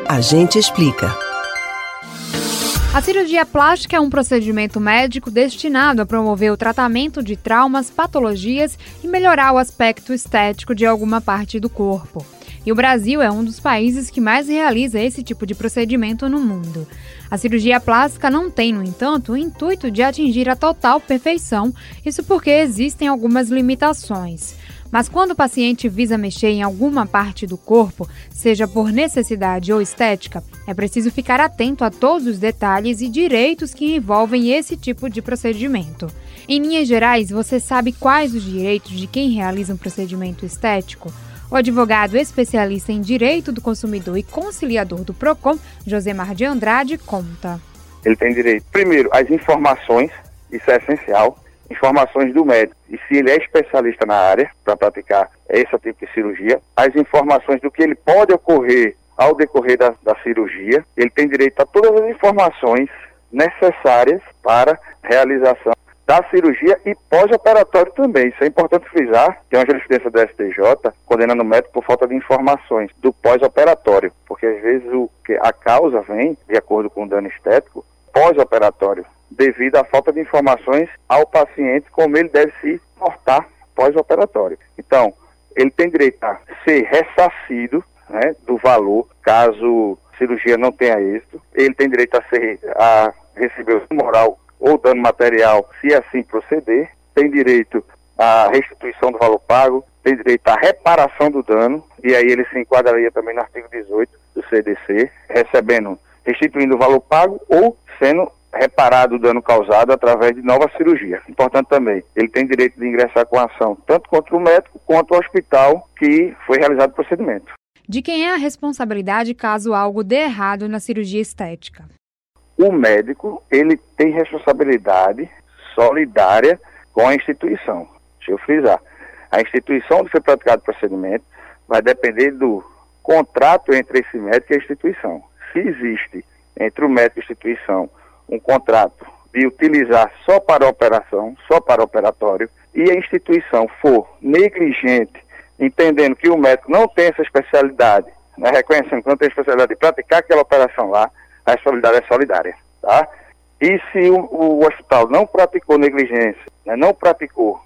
A gente explica. A cirurgia plástica é um procedimento médico destinado a promover o tratamento de traumas, patologias e melhorar o aspecto estético de alguma parte do corpo. E o Brasil é um dos países que mais realiza esse tipo de procedimento no mundo. A cirurgia plástica não tem, no entanto, o intuito de atingir a total perfeição, isso porque existem algumas limitações. Mas quando o paciente visa mexer em alguma parte do corpo, seja por necessidade ou estética, é preciso ficar atento a todos os detalhes e direitos que envolvem esse tipo de procedimento. Em linhas gerais, você sabe quais os direitos de quem realiza um procedimento estético? O advogado especialista em direito do consumidor e conciliador do PROCON, Josemar de Andrade, conta. Ele tem direito, primeiro, às informações, isso é essencial, informações do médico, e se ele é especialista na área para praticar esse tipo de cirurgia, as informações do que ele pode ocorrer ao decorrer da cirurgia, ele tem direito a todas as informações necessárias para a realização da cirurgia e pós-operatório também. Isso é importante frisar, tem uma jurisprudência do STJ condenando o médico por falta de informações do pós-operatório, porque às vezes a causa vem, de acordo com o dano estético, pós-operatório, devido à falta de informações ao paciente como ele deve se portar pós-operatório. Então, ele tem direito a ser ressarcido, né, do valor, caso a cirurgia não tenha êxito. Ele tem direito a receber o dano moral ou dano material, se assim proceder. Tem direito à restituição do valor pago, tem direito à reparação do dano, e aí ele se enquadraria também no artigo 18 do CDC, restituindo o valor pago ou sendo reparado o dano causado através de nova cirurgia. Importante também, ele tem direito de ingressar com ação tanto contra o médico quanto o hospital que foi realizado o procedimento. De quem é a responsabilidade caso algo dê errado na cirurgia estética? O médico, ele tem responsabilidade solidária com a instituição. Deixa eu frisar. A instituição onde foi praticado o procedimento vai depender do contrato entre esse médico e a instituição. Se existe entre o médico e a instituição um contrato de utilizar só para a operação, só para o operatório, e a instituição for negligente, entendendo que o médico não tem essa especialidade, né, reconhecendo que não tem a especialidade de praticar aquela operação lá, a responsabilidade é solidária, tá? E se o hospital não praticou negligência, né, não praticou,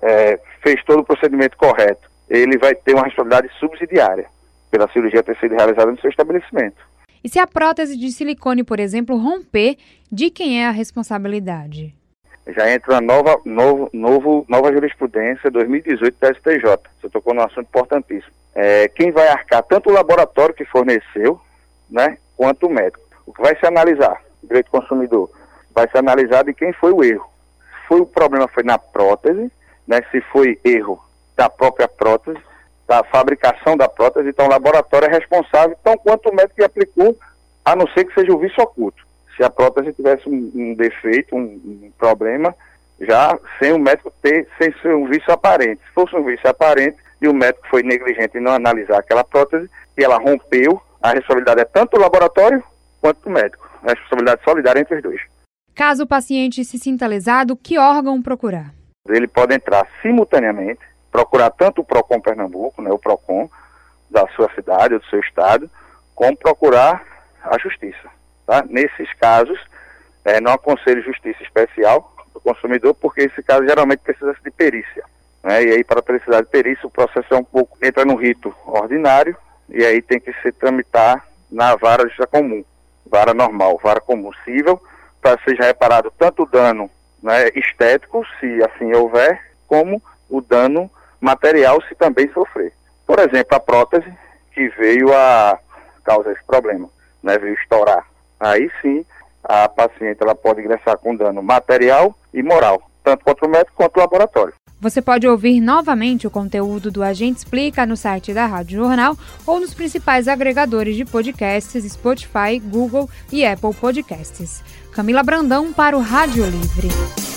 fez todo o procedimento correto, ele vai ter uma responsabilidade subsidiária pela cirurgia ter sido realizada no seu estabelecimento. E se a prótese de silicone, por exemplo, romper, de quem é a responsabilidade? Já entra uma nova jurisprudência 2018 da STJ. Você tocou num assunto importantíssimo. Quem vai arcar tanto o laboratório que forneceu, né, quanto o médico. O que vai se analisar, o direito do consumidor, vai ser analisado de quem foi o erro. Se o problema foi na prótese, né, se foi erro da própria prótese, da fabricação da prótese, então o laboratório é responsável, tão quanto o médico que aplicou, a não ser que seja um vício oculto. Se a prótese tivesse um defeito, um problema, já sem o médico sem ser um vício aparente. Se fosse um vício aparente e o médico foi negligente em não analisar aquela prótese e ela rompeu, a responsabilidade é tanto do laboratório quanto do médico. A responsabilidade solidária entre os dois. Caso o paciente se sinta lesado, que órgão procurar? Ele pode entrar simultaneamente, procurar tanto o PROCON Pernambuco, né, o PROCON da sua cidade ou do seu estado, como procurar a justiça. Tá? Nesses casos, não aconselho justiça especial do consumidor, porque esse caso geralmente precisa de perícia. Né? E aí, para precisar de perícia, o processo entra no rito ordinário, e aí tem que se tramitar na vara de justiça comum, vara normal, vara comum cível, para que seja reparado tanto o dano, né, estético, se assim houver, como o dano material, se também sofrer. Por exemplo, a prótese que veio a causar esse problema, né, veio estourar. Aí sim, a paciente ela pode ingressar com dano material e moral, tanto contra o médico quanto o laboratório. Você pode ouvir novamente o conteúdo do A Gente Explica no site da Rádio Jornal ou nos principais agregadores de podcasts Spotify, Google e Apple Podcasts. Camila Brandão para o Rádio Livre.